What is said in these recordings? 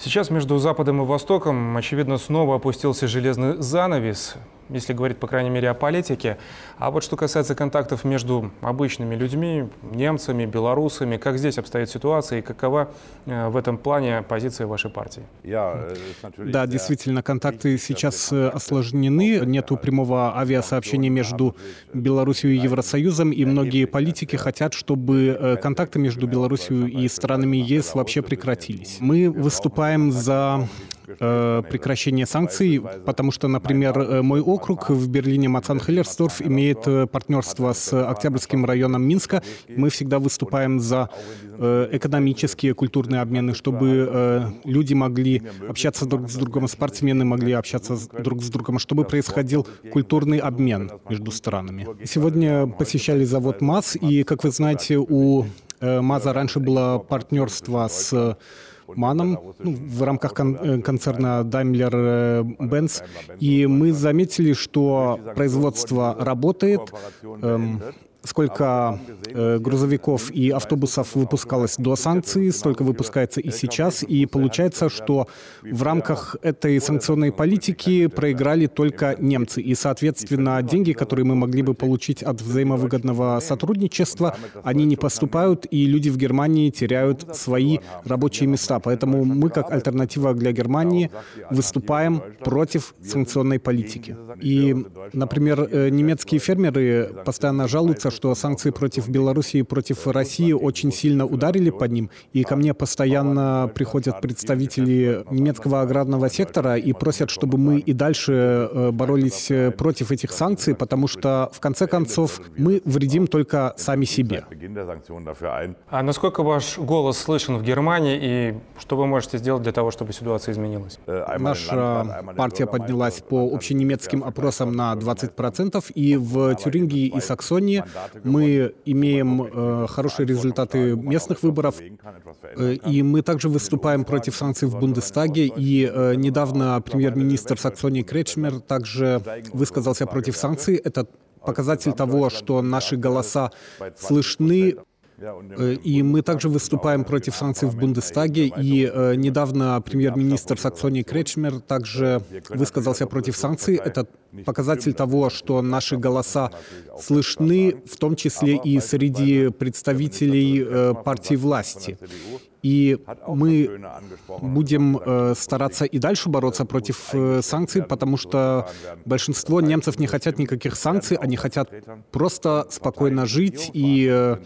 Сейчас между Западом и Востоком, очевидно, снова опустился железный занавес, если говорить, по крайней мере, о политике. А вот что касается контактов между обычными людьми, немцами, белорусами, как здесь обстоит ситуация и какова в этом плане позиция вашей партии? Да, действительно, контакты сейчас осложнены. Нету прямого авиасообщения между Беларусью и Евросоюзом, и многие политики хотят, чтобы контакты между Беларусью и странами ЕС вообще прекратились. Мы выступаем за прекращение санкций, потому что, например, мой округ в Берлине Мацан-Хеллерсдорф имеет партнерство с Октябрьским районом Минска. Мы всегда выступаем за экономические, культурные обмены, чтобы люди могли общаться друг с другом, спортсмены могли общаться друг с другом, чтобы происходил культурный обмен между странами. Сегодня посещали завод МАЗ, и, как вы знаете, у МАЗа раньше было партнерство с МАНом, в рамках концерна Daimler-Benz. И мы заметили, что производство работает. Сколько грузовиков и автобусов выпускалось до санкций, столько выпускается и сейчас. И получается, что в рамках этой санкционной политики проиграли только немцы. И, соответственно, деньги, которые мы могли бы получить от взаимовыгодного сотрудничества, они не поступают, и люди в Германии теряют свои рабочие места. Поэтому мы, как альтернатива для Германии, выступаем против санкционной политики. И, например, немецкие фермеры постоянно жалуются, что санкции против Беларуси и против России очень сильно ударили по ним. И ко мне постоянно приходят представители немецкого аграрного сектора и просят, чтобы мы и дальше боролись против этих санкций, потому что, в конце концов, мы вредим только сами себе. А насколько ваш голос слышен в Германии, и что вы можете сделать для того, чтобы ситуация изменилась? Наша партия поднялась по общенемецким опросам на 20%, и в Тюрингии и Саксонии мы имеем хорошие результаты местных выборов, и мы также выступаем против санкций в Бундестаге, и недавно премьер-министр Саксонии Кретschmer также высказался против санкций. Это показатель того, что наши голоса слышны. И мы также выступаем против санкций в Бундестаге, и недавно премьер-министр Саксонии Кретschmer также высказался против санкций. Это показатель того, что наши голоса слышны, в том числе и среди представителей партии власти. И мы будем стараться и дальше бороться против санкций, потому что большинство немцев не хотят никаких санкций, они хотят просто спокойно жить и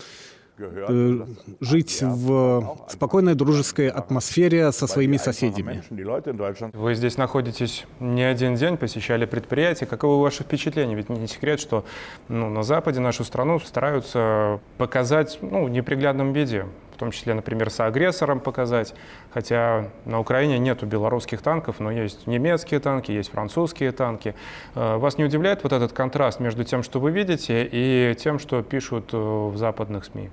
жить в спокойной дружеской атмосфере со своими соседями. Вы здесь находитесь не один день, посещали предприятия. Каковы ваши впечатления? Ведь не секрет, что на Западе нашу страну стараются показать в неприглядном виде. В том числе, например, соагрессором показать. Хотя на Украине нету белорусских танков, но есть немецкие танки, есть французские танки. Вас не удивляет вот этот контраст между тем, что вы видите, и тем, что пишут в западных СМИ?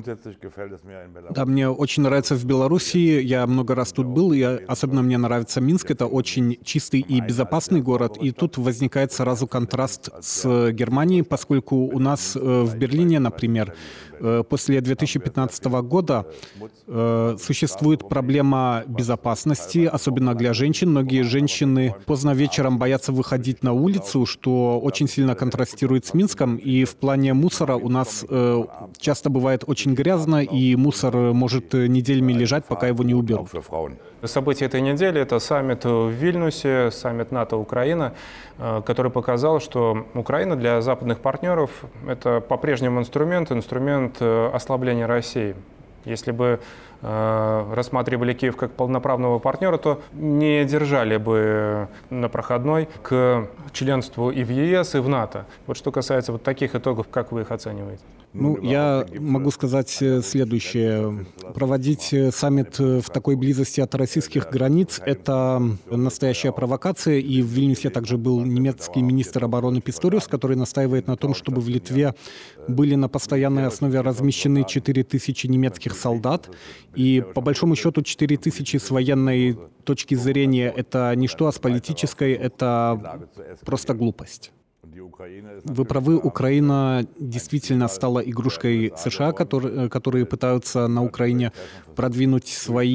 Да, мне очень нравится в Белоруссии. Я много раз тут был, и особенно мне нравится Минск. Это очень чистый и безопасный город. И тут возникает сразу контраст с Германией, поскольку у нас в Берлине, например, после 2015 года существует проблема безопасности, особенно для женщин. Многие женщины поздно вечером боятся выходить на улицу, что очень сильно контрастирует с Минском. И в плане мусора у нас часто бывает очень грязно, и мусор может неделями лежать, пока его не уберут. События этой недели – это саммит в Вильнюсе, саммит НАТО-Украина, который показал, что Украина для западных партнеров – это по-прежнему инструмент ослабления России. Если бы рассматривали Киев как полноправного партнера, то не держали бы на проходной к членству и в ЕС, и в НАТО. Вот что касается вот таких итогов, как вы их оцениваете? Я могу сказать следующее. Проводить саммит в такой близости от российских границ — это настоящая провокация. И в Вильнюсе также был немецкий министр обороны Писториус, который настаивает на том, чтобы в Литве были на постоянной основе размещены 4000 немецких солдат. И по большому счету 4000 с военной точки зрения — это не что, а с политической — это просто глупость. Вы правы, Украина действительно стала игрушкой США, которые пытаются на Украине продвинуть свои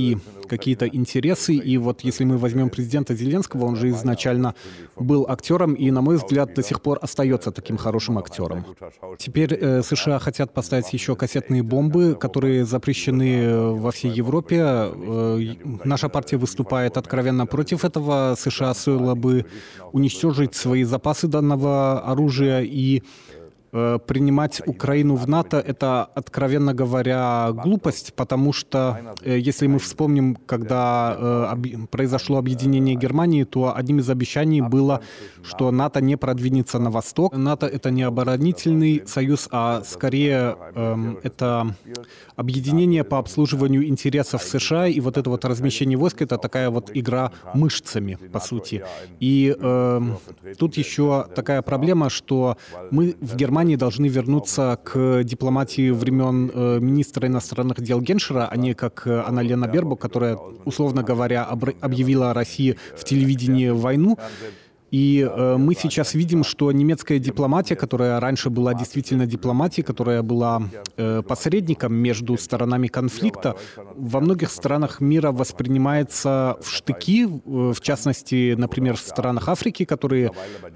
какие-то интересы. И вот если мы возьмем президента Зеленского, он же изначально был актером и, на мой взгляд, до сих пор остается таким хорошим актером. Теперь США хотят поставить еще кассетные бомбы, которые запрещены во всей Европе. Наша партия выступает откровенно против этого. США стоило бы уничтожить свои запасы данного оружия, и принимать Украину в НАТО — это, откровенно говоря, глупость, потому что, если мы вспомним, когда произошло объединение Германии, то одним из обещаний было, что НАТО не продвинется на восток. НАТО — это не оборонительный союз, а скорее это объединение по обслуживанию интересов США, и вот это вот размещение войск — это такая вот игра мышцами, по сути. И тут еще такая проблема, что мы в Германии должны вернуться к дипломатии времен министра иностранных дел Геншера, а не как Анна-Лена Бербок, которая, условно говоря, объявила России в телевидении войну. И мы сейчас видим, что немецкая дипломатия, которая раньше была действительно дипломатией, которая была посредником между сторонами конфликта, во многих странах мира воспринимается в штыки, в частности, например, в странах Африки, которые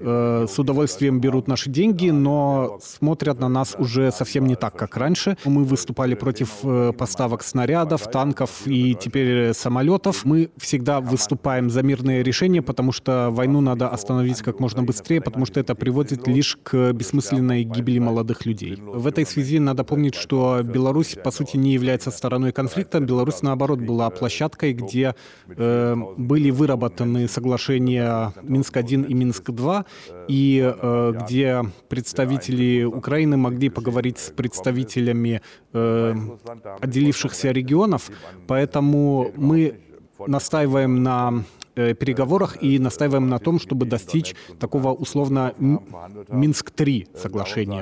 с удовольствием берут наши деньги, но смотрят на нас уже совсем не так, как раньше. Мы выступали против поставок снарядов, танков и теперь самолетов. Мы всегда выступаем за мирные решения, потому что войну надо остановить как можно быстрее, потому что это приводит лишь к бессмысленной гибели молодых людей. В этой связи надо помнить, что Беларусь, по сути, не является стороной конфликта. Беларусь, наоборот, была площадкой, где были выработаны соглашения Минск-1 и Минск-2, и где представители Украины могли поговорить с представителями отделившихся регионов. Поэтому мы настаиваем на переговорах и настаиваем на том, чтобы достичь такого условно Минск-3 соглашения.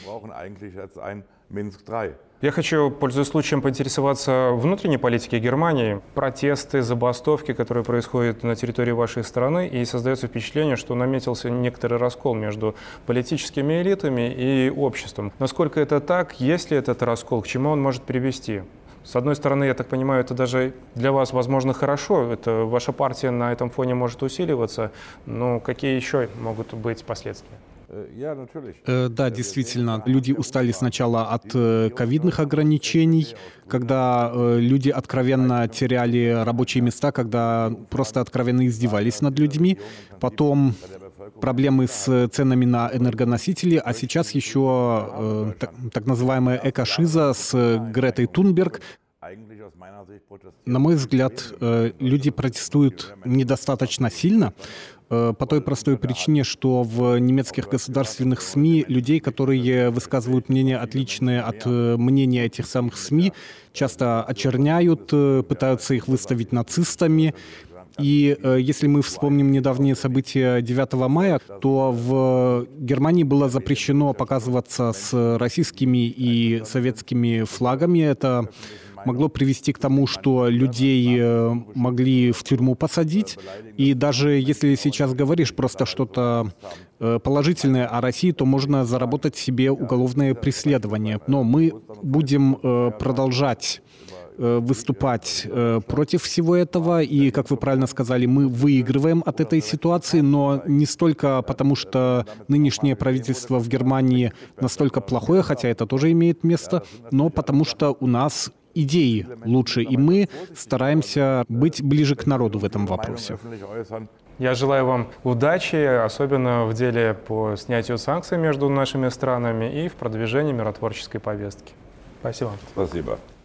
Я хочу, пользуясь случаем, поинтересоваться внутренней политикой Германии. Протесты, забастовки, которые происходят на территории вашей страны, и создается впечатление, что наметился некоторый раскол между политическими элитами и обществом. Насколько это так? Есть ли этот раскол? К чему он может привести? С одной стороны, я так понимаю, это даже для вас, возможно, хорошо. Это ваша партия на этом фоне может усиливаться. Но какие еще могут быть последствия? Да, действительно, люди устали сначала от ковидных ограничений, когда люди откровенно теряли рабочие места, когда просто откровенно издевались над людьми. Потом проблемы с ценами на энергоносители, а сейчас еще так называемая эко-шиза с Гретой Тунберг. На мой взгляд, люди протестуют недостаточно сильно, по той простой причине, что в немецких государственных СМИ людей, которые высказывают мнение, отличное от мнения этих самых СМИ, часто очерняют, пытаются их выставить нацистами. И если мы вспомним недавние события 9 мая, то в Германии было запрещено показываться с российскими и советскими флагами. Это могло привести к тому, что людей могли в тюрьму посадить. И даже если сейчас говоришь просто что-то положительное о России, то можно заработать себе уголовное преследование. Но мы будем продолжать выступать против всего этого. И, как вы правильно сказали, мы выигрываем от этой ситуации, но не столько потому, что нынешнее правительство в Германии настолько плохое, хотя это тоже имеет место, но потому что у нас идеи лучше, и мы стараемся быть ближе к народу в этом вопросе. Я желаю вам удачи, особенно в деле по снятию санкций между нашими странами и в продвижении миротворческой повестки. Спасибо. Спасибо.